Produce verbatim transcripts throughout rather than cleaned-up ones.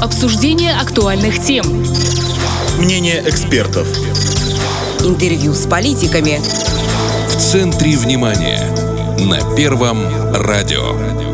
Обсуждение актуальных тем. Мнение экспертов. Интервью с политиками. В центре внимания. На Первом радио.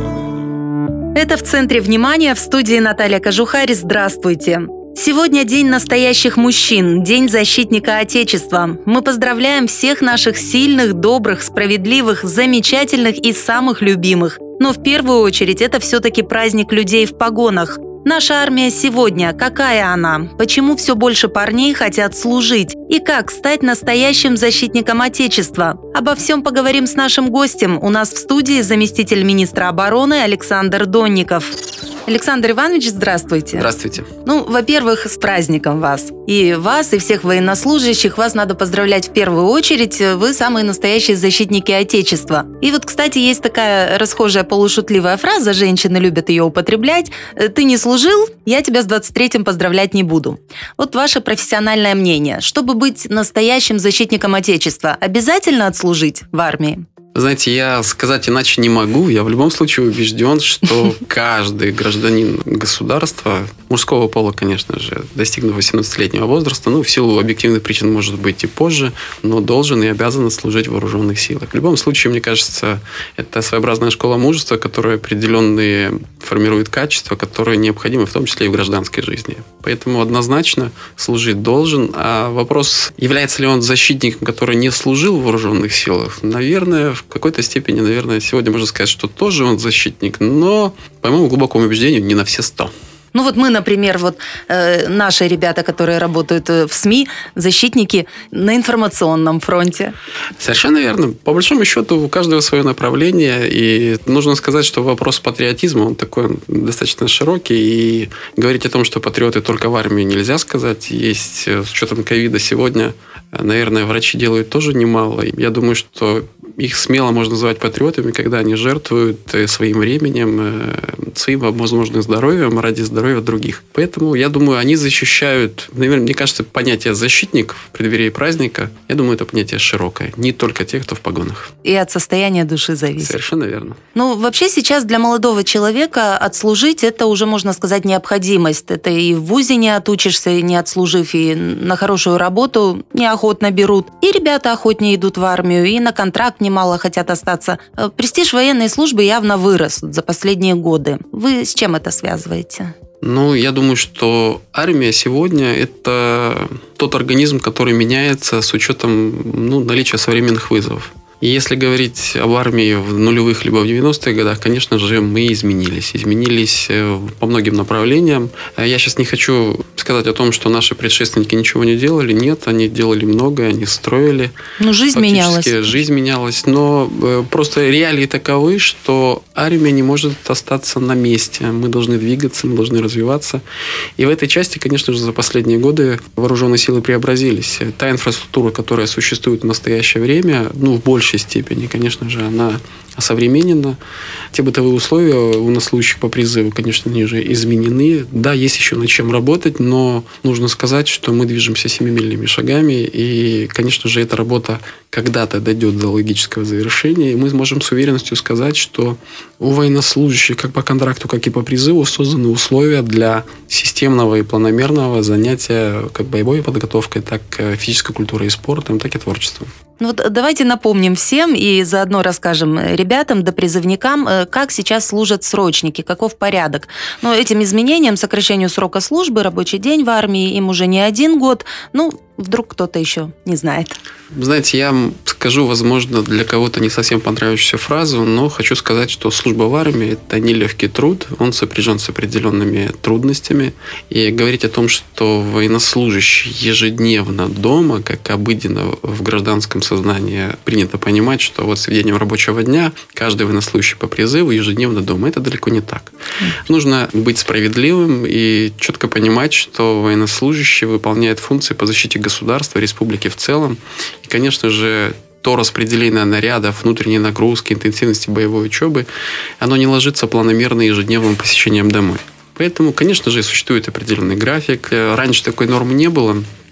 Это «В центре внимания», в студии Наталья Кожухарь. Здравствуйте. Сегодня День настоящих мужчин, День защитника Отечества. Мы поздравляем всех наших сильных, добрых, справедливых, замечательных и самых любимых. Но в первую очередь это все-таки праздник людей в погонах. Наша армия сегодня, какая она? Почему все больше парней хотят служить? И как стать настоящим защитником Отечества? Обо всем поговорим с нашим гостем. У нас в студии заместитель министра обороны Александр Донников. Александр Иванович, здравствуйте. Здравствуйте. Ну, во-первых, с праздником вас. И вас, и всех военнослужащих вас надо поздравлять в первую очередь. Вы самые настоящие защитники Отечества. И вот, кстати, есть такая расхожая полушутливая фраза, женщины любят ее употреблять. «Ты не служил, я тебя с двадцать третьим поздравлять не буду». Вот ваше профессиональное мнение. Чтобы быть настоящим защитником Отечества, обязательно отслужить в армии? Знаете, я сказать иначе не могу. Я в любом случае убежден, что каждый гражданин государства, мужского пола, конечно же, достигнув восемнадцатилетнего возраста, ну, в силу объективных причин, может быть, и позже, но должен и обязан служить в вооруженных силах. В любом случае, мне кажется, это своеобразная школа мужества, которая определенные формирует качества, которые необходимы, в том числе и в гражданской жизни. Поэтому однозначно служить должен. А вопрос, является ли он защитником, который не служил в вооруженных силах, наверное, в какой-то степени, наверное, сегодня можно сказать, что тоже он защитник, но, по моему глубокому убеждению, не на все сто. Ну вот мы, например, вот э, наши ребята, которые работают в СМИ, защитники на информационном фронте. Совершенно верно. По большому счету у каждого свое направление, и нужно сказать, что вопрос патриотизма, он такой достаточно широкий, и говорить о том, что патриоты только в армии, нельзя сказать. Есть, с учетом ковида сегодня, наверное, врачи делают тоже немало. Я думаю, что их смело можно называть патриотами, когда они жертвуют своим временем, своим, возможно, здоровьем ради здоровья других. Поэтому, я думаю, они защищают... Наверное, мне кажется, понятие «защитник» в преддверии праздника, я думаю, это понятие широкое. Не только те, кто в погонах. И от состояния души зависит. Совершенно верно. Ну, вообще сейчас для молодого человека отслужить – это уже, можно сказать, необходимость. Это и в вузе не отучишься, не отслужив, и на хорошую работу неохотно берут. И ребята охотнее идут в армию, и на контракт немало хотят остаться. Престиж военной службы явно вырос за последние годы. Вы с чем это связываете? Ну, я думаю, что армия сегодня – это тот организм, который меняется с учетом ну, наличия современных вызовов. И если говорить об армии в нулевых либо в девяностых годах, конечно же, мы изменились. Изменились по многим направлениям. Я сейчас не хочу сказать о том, что наши предшественники ничего не делали. Нет, они делали многое, они строили. Ну, жизнь менялась. Жизнь менялась. Но просто реалии таковы, что армия не может остаться на месте. Мы должны двигаться, мы должны развиваться. И в этой части, конечно же, за последние годы вооруженные силы преобразились. Та инфраструктура, которая существует в настоящее время, ну, в большей степени, конечно же, она осовременена. Те бытовые условия у нас служащих по призыву, конечно, они же изменены. Да, есть еще над чем работать, но нужно сказать, что мы движемся семимильными шагами, и, конечно же, эта работа когда-то дойдет до логического завершения, и мы можем с уверенностью сказать, что у военнослужащих как по контракту, как и по призыву созданы условия для системного и планомерного занятия как боевой подготовкой, так и физической культурой и спортом, так и творчеством. Ну вот давайте напомним всем и заодно расскажем ребятам, да призывникам, как сейчас служат срочники, каков порядок. Но этим изменениям, сокращению срока службы, рабочий день в армии, им уже не один год, ну, вдруг кто-то еще не знает. Знаете, я скажу, возможно, для кого-то не совсем понравившуюся фразу, но хочу сказать, что служба в армии – это нелегкий труд, он сопряжен с определенными трудностями. И говорить о том, что военнослужащий ежедневно дома, как обыденно в гражданском сознании принято понимать, что вот с введением рабочего дня каждый военнослужащий по призыву ежедневно дома. Это далеко не так. Mm. Нужно быть справедливым и четко понимать, что военнослужащий выполняет функции по защите государства, республики в целом. И, конечно же, то распределение нарядов, внутренней нагрузки, интенсивности боевой учебы, оно не ложится планомерно ежедневным посещением домой. Поэтому, конечно же, существует определенный график. Раньше такой нормы не было.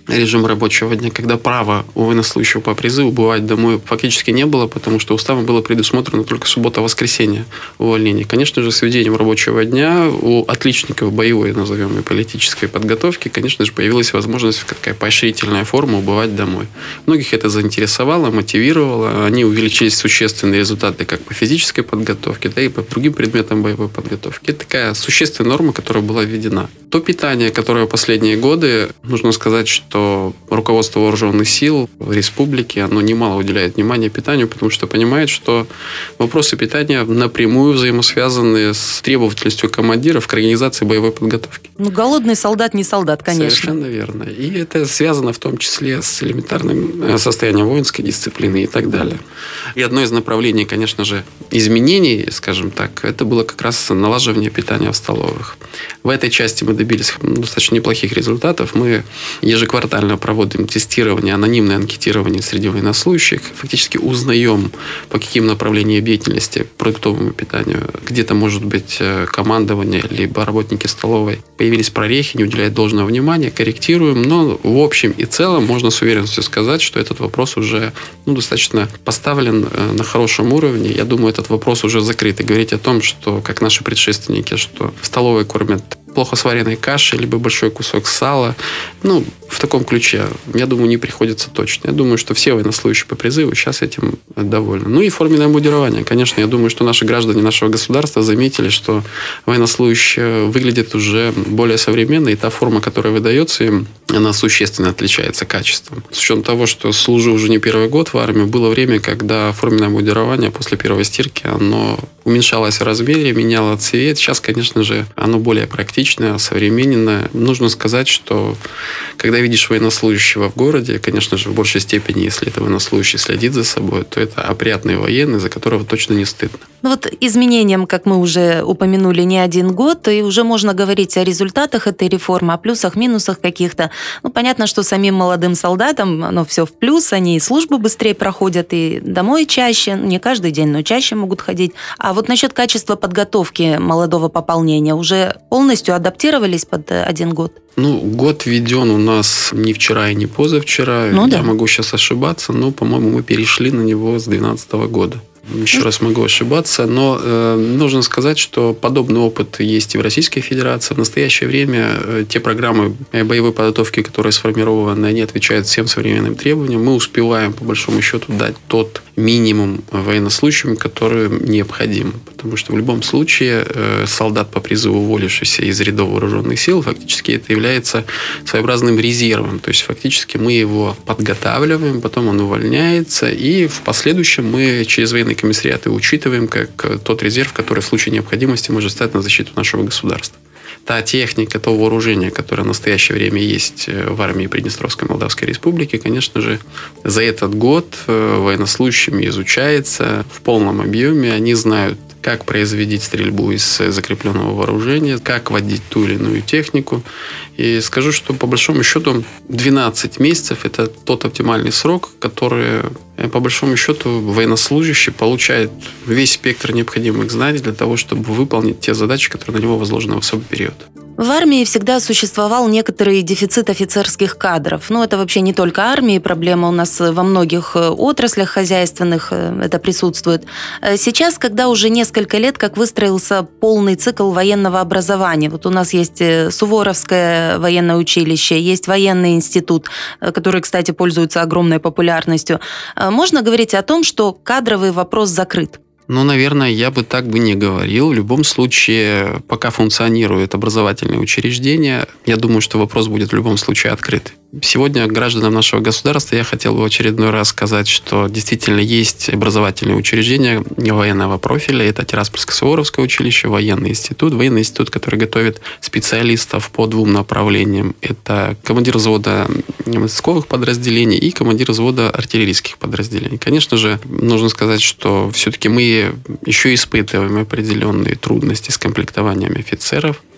режим рабочего дня, когда права у военнослужащего по призыву бывать домой фактически не было, потому что уставом было предусмотрено только суббота-воскресенье увольнения. Конечно же, с введением рабочего дня у отличников боевой, назовем и политической подготовки, конечно же, появилась возможность, какая поощрительная форма, убывать домой. Многих это заинтересовало, мотивировало. Они увеличились существенные результаты как по физической подготовке, да и по другим предметам боевой подготовки. Это такая существенная норма, которая была введена. То питание, которое в последние годы, нужно сказать, что руководство вооруженных сил республики, оно немало уделяет внимания питанию, потому что понимает, что вопросы питания напрямую взаимосвязаны с требовательностью командиров к организации боевой подготовки. Ну, голодный солдат не солдат, конечно. Совершенно верно. И это связано в том числе с элементарным состоянием воинской дисциплины и так далее. И одно из направлений, конечно же, изменений, скажем так, это было как раз налаживание питания в столовых. В этой части мы добились достаточно неплохих результатов. Мы ежеквартально проводим тестирование, анонимное анкетирование среди военнослужащих. Фактически узнаем, по каким направлениям деятельности продуктовому питанию где-то, может быть, командование, либо работники столовой появились прорехи, не уделяют должного внимания, корректируем. Но в общем и целом можно с уверенностью сказать, что этот вопрос уже ну, достаточно поставлен на хорошем уровне. Я думаю, этот вопрос уже закрыт. И говорить о том, что, как наши предшественники, что в столовой кормят плохо сваренной каши, либо большой кусок сала. Ну, в таком ключе, я думаю, не приходится точно. Я думаю, что все военнослужащие по призыву сейчас этим довольны. Ну и форменное мундирование. Конечно, я думаю, что наши граждане нашего государства заметили, что военнослужащие выглядят уже более современно, и та форма, которая выдается им, она существенно отличается качеством. С учетом того, что служу уже не первый год в армии, было время, когда форменное мундирование после первой стирки, оно уменьшалось в размере, меняло цвет. Сейчас, конечно же, оно более практичное, современное. Нужно сказать, что когда видишь военнослужащего в городе, конечно же, в большей степени, если это военнослужащий следит за собой, то это опрятный военный, за которого точно не стыдно. Ну вот изменениям, как мы уже упомянули, не один год, и уже можно говорить о результатах этой реформы, о плюсах, минусах каких-то. Ну, понятно, что самим молодым солдатам оно все в плюс, они и службу быстрее проходят, и домой чаще, не каждый день, но чаще могут ходить. А вот насчет качества подготовки молодого пополнения уже полностью адаптировались под один год? Ну, год введен у нас не вчера и не позавчера. Ну, Я да. могу сейчас ошибаться, но, по-моему, мы перешли на него с две тысячи двенадцатого года. Еще раз могу ошибаться, но э, нужно сказать, что подобный опыт есть и в Российской Федерации. В настоящее время э, те программы боевой подготовки, которые сформированы, они отвечают всем современным требованиям. Мы успеваем, по большому счету, дать тот минимум военнослужащим, который необходим. Потому что в любом случае э, солдат по призыву, уволившийся из рядов вооруженных сил, фактически это является своеобразным резервом. То есть фактически мы его подготавливаем, потом он увольняется, и в последующем мы через военный комиссариат его учитываем как тот резерв, который в случае необходимости может стать на защиту нашего государства. Та техника, то вооружение, которое в настоящее время есть в армии Приднестровской Молдавской Республики, конечно же, за этот год военнослужащими изучается в полном объеме. Они знают, как производить стрельбу из закрепленного вооружения, как водить ту или иную технику. И скажу, что по большому счету двенадцать месяцев – это тот оптимальный срок, который, по большому счету, военнослужащий получает весь спектр необходимых знаний для того, чтобы выполнить те задачи, которые на него возложены в особый период. В армии всегда существовал некоторый дефицит офицерских кадров. Но это вообще не только армии, проблема у нас во многих отраслях хозяйственных это присутствует. Сейчас, когда уже несколько лет, как выстроился полный цикл военного образования, вот у нас есть Суворовское военное училище, есть военный институт, который, кстати, пользуется огромной популярностью, можно говорить о том, что кадровый вопрос закрыт? Ну, наверное, я бы так бы не говорил. В любом случае, пока функционирует образовательное учреждение, я думаю, что вопрос будет в любом случае открыт. Сегодня гражданам нашего государства я хотел бы в очередной раз сказать, что действительно есть образовательные учреждения военного профиля. Это Тираспольско-Суворовское училище, военный институт. Военный институт, который готовит специалистов по двум направлениям. Это командир взвода мотосковых подразделений и командир взвода артиллерийских подразделений. Конечно же, нужно сказать, что все-таки мы еще испытываем определенные трудности с комплектованием офицеров.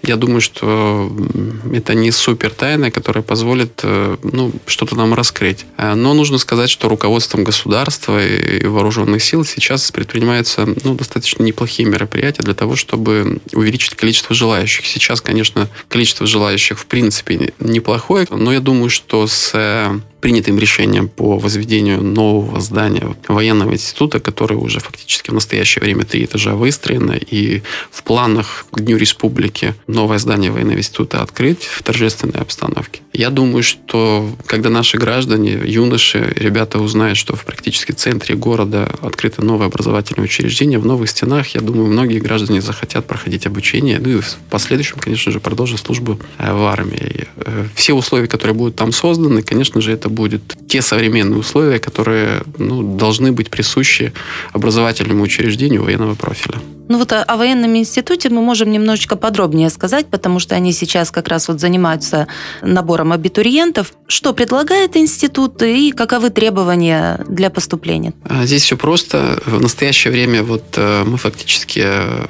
Я думаю, что это не супер тайна, которая позволит ну, что-то нам раскрыть. Но нужно сказать, что руководством государства и вооруженных сил сейчас предпринимаются ну, достаточно неплохие мероприятия для того, чтобы увеличить количество желающих. Сейчас, конечно, количество желающих в принципе неплохое, но я думаю, что с принятым решением по возведению нового здания военного института, которое уже фактически в настоящее время три этажа выстроено, и в планах к Дню Республики новое здание военного института открыть в торжественной обстановке. Я думаю, что когда наши граждане, юноши, ребята узнают, что в практически центре города открыто новое образовательное учреждение в новых стенах, я думаю, многие граждане захотят проходить обучение, ну и в последующем, конечно же, продолжить службу в армии. Все условия, которые будут там созданы, конечно же, это будут те современные условия, которые ну, должны быть присущи образовательному учреждению военного профиля. Ну вот о, о военном институте мы можем немножечко подробнее сказать, потому что они сейчас как раз вот занимаются набором абитуриентов. Что предлагает институт и каковы требования для поступления? Здесь все просто. В настоящее время вот мы фактически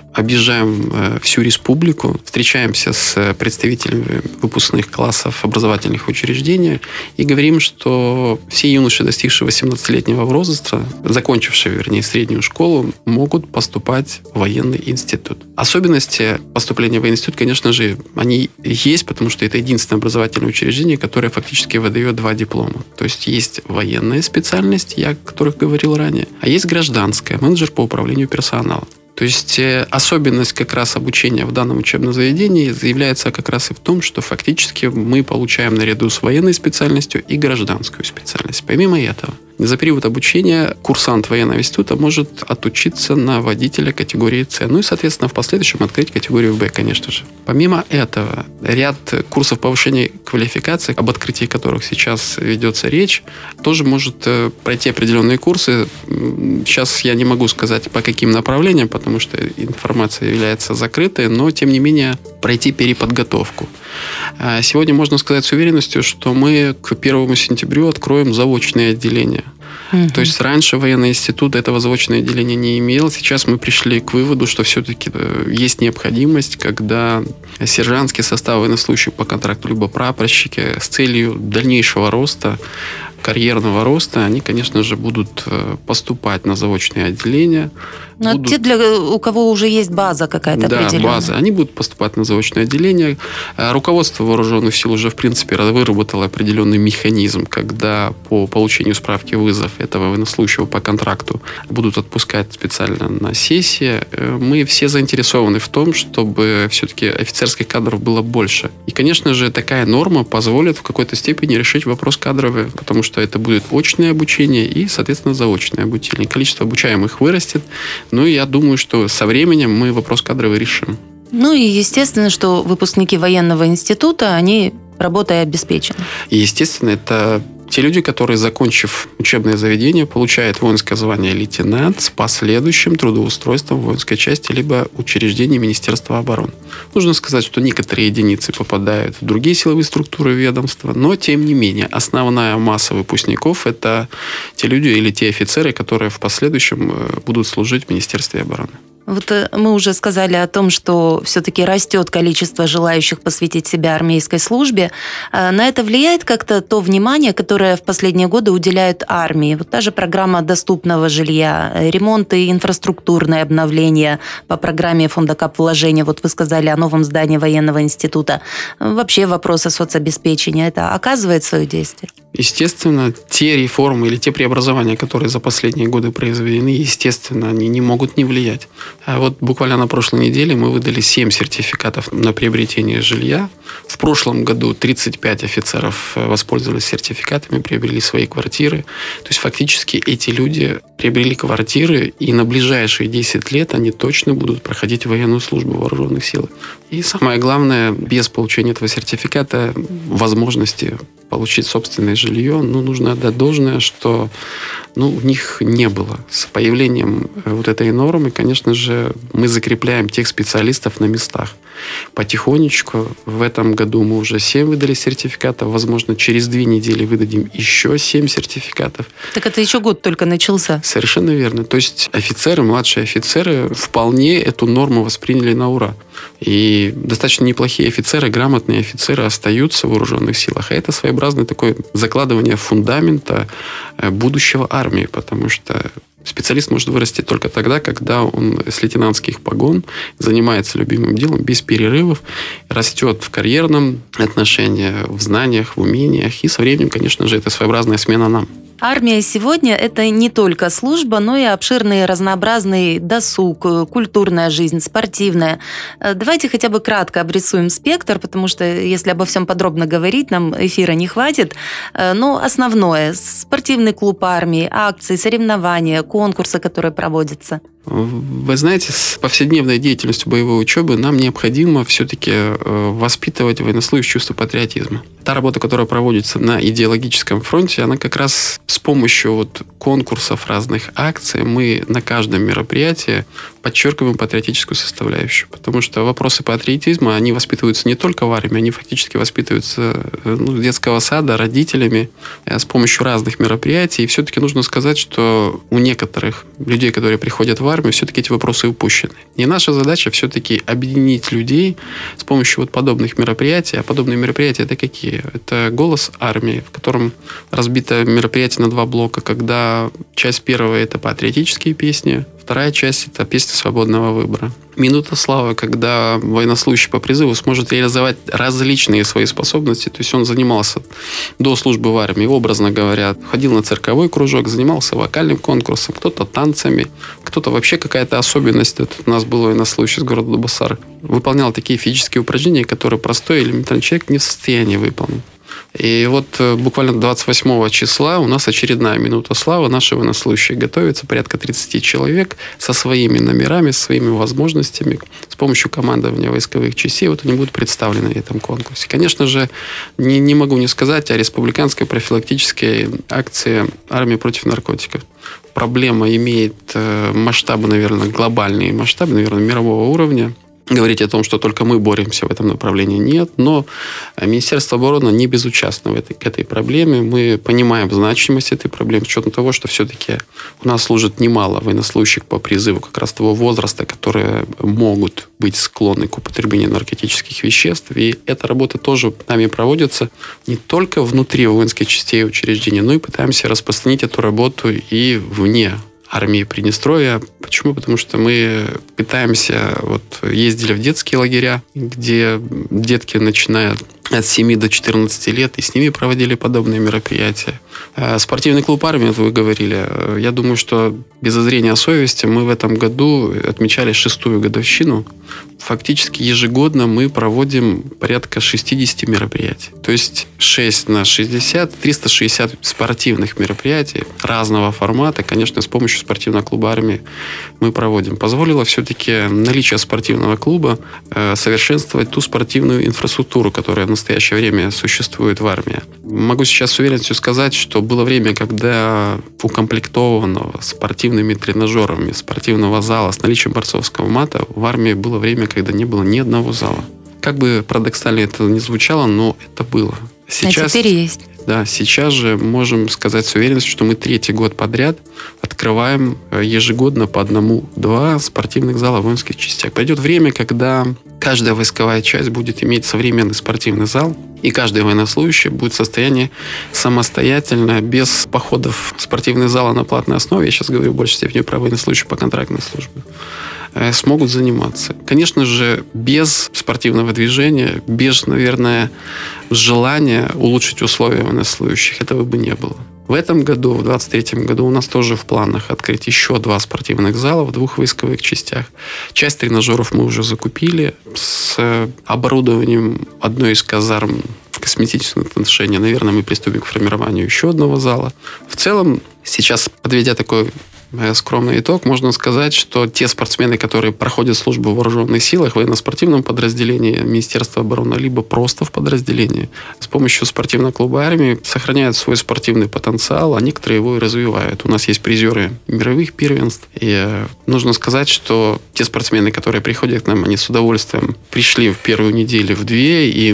объезжаем всю республику, встречаемся с представителями выпускных классов образовательных учреждений и говорим, что все юноши, достигшие восемнадцатилетнего возраста, закончившие, вернее, среднюю школу, могут поступать в военный институт. Особенности поступления в военный институт, конечно же, они есть, потому что это единственное образовательное учреждение, которое фактически выдает два диплома. То есть есть военная специальность, я о которых говорил ранее, а есть гражданская, менеджер по управлению персоналом. То есть особенность как раз обучения в данном учебном заведении заявляется как раз и в том, что фактически мы получаем наряду с военной специальностью и гражданскую специальность. Помимо этого, за период обучения курсант военного института может отучиться на водителя категории С. Ну и, соответственно, в последующем открыть категорию Б, конечно же. Помимо этого, ряд курсов повышения квалификации, об открытии которых сейчас ведется речь, тоже может пройти определенные курсы. Сейчас я не могу сказать, по каким направлениям, потому что информация является закрытой, но, тем не менее, пройти переподготовку. Сегодня можно сказать с уверенностью, что мы к первому сентября откроем заочные отделения. Угу. То есть раньше военный институт этого заочного отделения не имел. Сейчас мы пришли к выводу, что все-таки есть необходимость, когда сержантский состав военнослужащих по контракту, либо прапорщики с целью дальнейшего роста, карьерного роста, они, конечно же, будут поступать на заочные отделения. Но будут... те, для, у кого уже есть база какая-то да, определенная. Да, база. Они будут поступать на заочное отделение. Руководство вооруженных сил уже, в принципе, выработало определенный механизм, когда по получению справки вызов этого военнослужащего по контракту будут отпускать специально на сессии. Мы все заинтересованы в том, чтобы все-таки офицерских кадров было больше. И, конечно же, такая норма позволит в какой-то степени решить вопрос кадровый, потому что это будет очное обучение и, соответственно, заочное обучение. Количество обучаемых вырастет. Ну, и я думаю, что со временем мы вопрос кадровый решим. Ну, и естественно, что выпускники военного института, они работой обеспечены. И, естественно, это те люди, которые, закончив учебное заведение, получают воинское звание лейтенант с последующим трудоустройством в воинской части либо учреждении Министерства обороны. Нужно сказать, что некоторые единицы попадают в другие силовые структуры ведомства, но, тем не менее, основная масса выпускников – это те люди или те офицеры, которые в последующем будут служить в Министерстве обороны. Вот мы уже сказали о том, что все-таки растет количество желающих посвятить себя армейской службе. На это влияет как-то то внимание, которое в последние годы уделяют армии? Вот та же программа доступного жилья, ремонт и инфраструктурное обновление по программе фонда капвложения. Вот вы сказали о новом здании военного института. Вообще вопросы соцобеспечения. Это оказывает свое действие? Естественно, те реформы или те преобразования, которые за последние годы произведены, естественно, они не могут не влиять. А вот буквально на прошлой неделе мы выдали семь сертификатов на приобретение жилья. В прошлом году тридцать пять офицеров воспользовались сертификатами, приобрели свои квартиры. То есть фактически эти люди приобрели квартиры, и на ближайшие десять лет они точно будут проходить военную службу в вооруженных силах. И самое главное, без получения этого сертификата возможности получить собственное жилье, ну, нужно отдать должное, что ну, у них не было. С появлением вот этой нормы, конечно же, мы закрепляем тех специалистов на местах. Потихонечку в этом году году мы уже семь выдали сертификатов. Возможно, через две недели выдадим еще семь сертификатов. Так это еще год только начался. Совершенно верно. То есть офицеры, младшие офицеры вполне эту норму восприняли на ура. И достаточно неплохие офицеры, грамотные офицеры остаются в вооруженных силах. А это своеобразное такое закладывание фундамента будущего армии, потому что специалист может вырасти только тогда, когда он с лейтенантских погон занимается любимым делом без перерывов, растет в карьерном отношении, в знаниях, в умениях. И со временем, конечно же, это своеобразная смена нам. Армия сегодня – это не только служба, но и обширный разнообразный досуг, культурная жизнь, спортивная. Давайте хотя бы кратко обрисуем спектр, потому что если обо всем подробно говорить, нам эфира не хватит. Но основное – спортивный клуб армии, акции, соревнования, конкурсы, которые проводятся. Вы знаете, с повседневной деятельностью боевой учебы нам необходимо все-таки воспитывать военнослужащих чувство патриотизма. Та работа, которая проводится на идеологическом фронте, она как раз с помощью вот конкурсов, разных акций, мы на каждом мероприятии подчеркиваем патриотическую составляющую. Потому что вопросы патриотизма, они воспитываются не только в армии, они фактически воспитываются ну, с детского сада родителями с помощью разных мероприятий. И все-таки нужно сказать, что у некоторых людей, которые приходят в армию, все-таки эти вопросы упущены. И наша задача все-таки объединить людей с помощью вот подобных мероприятий. А подобные мероприятия это какие? Это «Голос армии», в котором разбито мероприятие на два блока, когда часть первая – это патриотические песни, вторая часть – это песни свободного выбора. «Минута славы», когда военнослужащий по призыву сможет реализовать различные свои способности. То есть он занимался до службы в армии, образно говоря, ходил на цирковой кружок, занимался вокальным конкурсом, кто-то танцами, кто-то вообще какая-то особенность. Это у нас был военнослужащий из города Дубасар. Выполнял такие физические упражнения, которые простой элементарный человек не в состоянии выполнить. И вот буквально двадцать восьмого числа у нас очередная минута славы. Наши военнослужащие готовятся, порядка тридцать человек со своими номерами, со своими возможностями. С помощью командования войсковых частей вот они будут представлены в этом конкурсе. Конечно же, не, не могу не сказать о республиканской профилактической акции «Армия против наркотиков». Проблема имеет масштабы, наверное, глобальные масштабы, наверное, мирового уровня. Говорить о том, что только мы боремся в этом направлении, нет. Но Министерство обороны не безучастно в этой, к этой проблеме. Мы понимаем значимость этой проблемы, с учетом того, что все-таки у нас служит немало военнослужащих по призыву как раз того возраста, которые могут быть склонны к употреблению наркотических веществ. И эта работа тоже нами проводится не только внутри воинских частей и учреждений, но и пытаемся распространить эту работу и вне армии Приднестровья. Почему? Потому что мы пытаемся, вот ездили в детские лагеря, где детки начинают от семи до четырнадцати лет, и с ними проводили подобные мероприятия. Спортивный клуб армии, вот вы говорили, я думаю, что без зазрения совести мы в этом году отмечали шестую годовщину. Фактически ежегодно мы проводим порядка шестьдесят мероприятий. То есть шесть на шестьдесят, триста шестьдесят спортивных мероприятий разного формата, конечно, с помощью спортивного клуба армии мы проводим. Позволило все-таки наличие спортивного клуба совершенствовать ту спортивную инфраструктуру, которая в настоящее время существует в армии. Могу сейчас с уверенностью сказать, что было время, когда укомплектованного спортивными тренажерами спортивного зала с наличием борцовского мата в армии было время, когда не было ни одного зала. Как бы парадоксально это ни звучало, но это было. Сейчас, а теперь есть. Да, сейчас же можем сказать с уверенностью, что мы третий год подряд открываем ежегодно по одному-два спортивных зала в воинских частях. Пройдет время, когда каждая войсковая часть будет иметь современный спортивный зал, и каждый военнослужащий будет в состоянии самостоятельно, без походов в спортивный зал на платной основе, я сейчас говорю в большей степени про военнослужащих по контрактной службе, смогут заниматься. Конечно же, без спортивного движения, без, наверное, желания улучшить условия военнослужащих, этого бы не было. В этом году, в двадцать третьем году, у нас тоже в планах открыть еще два спортивных зала в двух войсковых частях. Часть тренажеров мы уже закупили с оборудованием одной из казарм косметического отношения. Наверное, мы приступим к формированию еще одного зала. В целом, сейчас, подведя такой скромный итог, можно сказать, что те спортсмены, которые проходят службу в вооруженных силах, в военно-спортивном подразделении Министерства обороны, либо просто в подразделении, с помощью спортивного клуба армии сохраняют свой спортивный потенциал, а некоторые его и развивают. У нас есть призеры мировых первенств, и нужно сказать, что те спортсмены, которые приходят к нам, они с удовольствием пришли в первую неделю, в две, и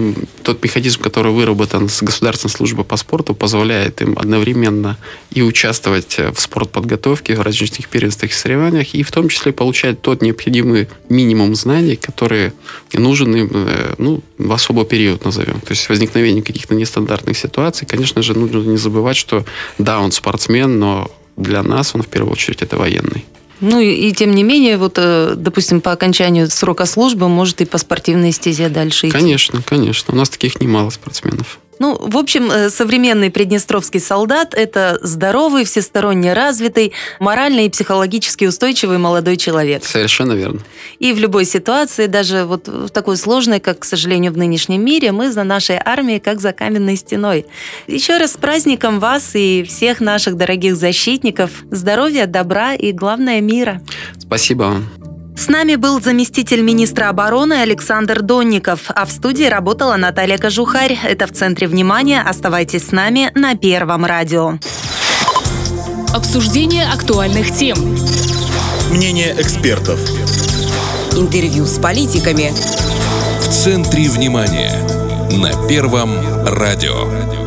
тот механизм, который выработан с Государственной службой по спорту, позволяет им одновременно и участвовать в спортподготовке, в различных первенствах и соревнованиях, и в том числе получать тот необходимый минимум знаний, которые нужен им, ну, в особый период, назовем. То есть возникновение каких-то нестандартных ситуаций. Конечно же, нужно не забывать, что да, он спортсмен, но для нас он в первую очередь это военный. Ну и, и тем не менее, вот, допустим, по окончанию срока службы может и по спортивной стезе дальше идти. Конечно, конечно. У нас таких немало спортсменов. Ну, в общем, современный приднестровский солдат – это здоровый, всесторонне развитый, морально и психологически устойчивый молодой человек. Совершенно верно. И в любой ситуации, даже вот в такой сложной, как, к сожалению, в нынешнем мире, мы за нашей армией, как за каменной стеной. Еще раз с праздником вас и всех наших дорогих защитников. Здоровья, добра и, главное, мира. Спасибо вам. С нами был заместитель министра обороны Александр Донников, а в студии работала Наталья Кожухарь. Это «В центре внимания». Оставайтесь с нами на Первом радио. Обсуждение актуальных тем. Мнение экспертов. Интервью с политиками. В центре внимания на Первом радио.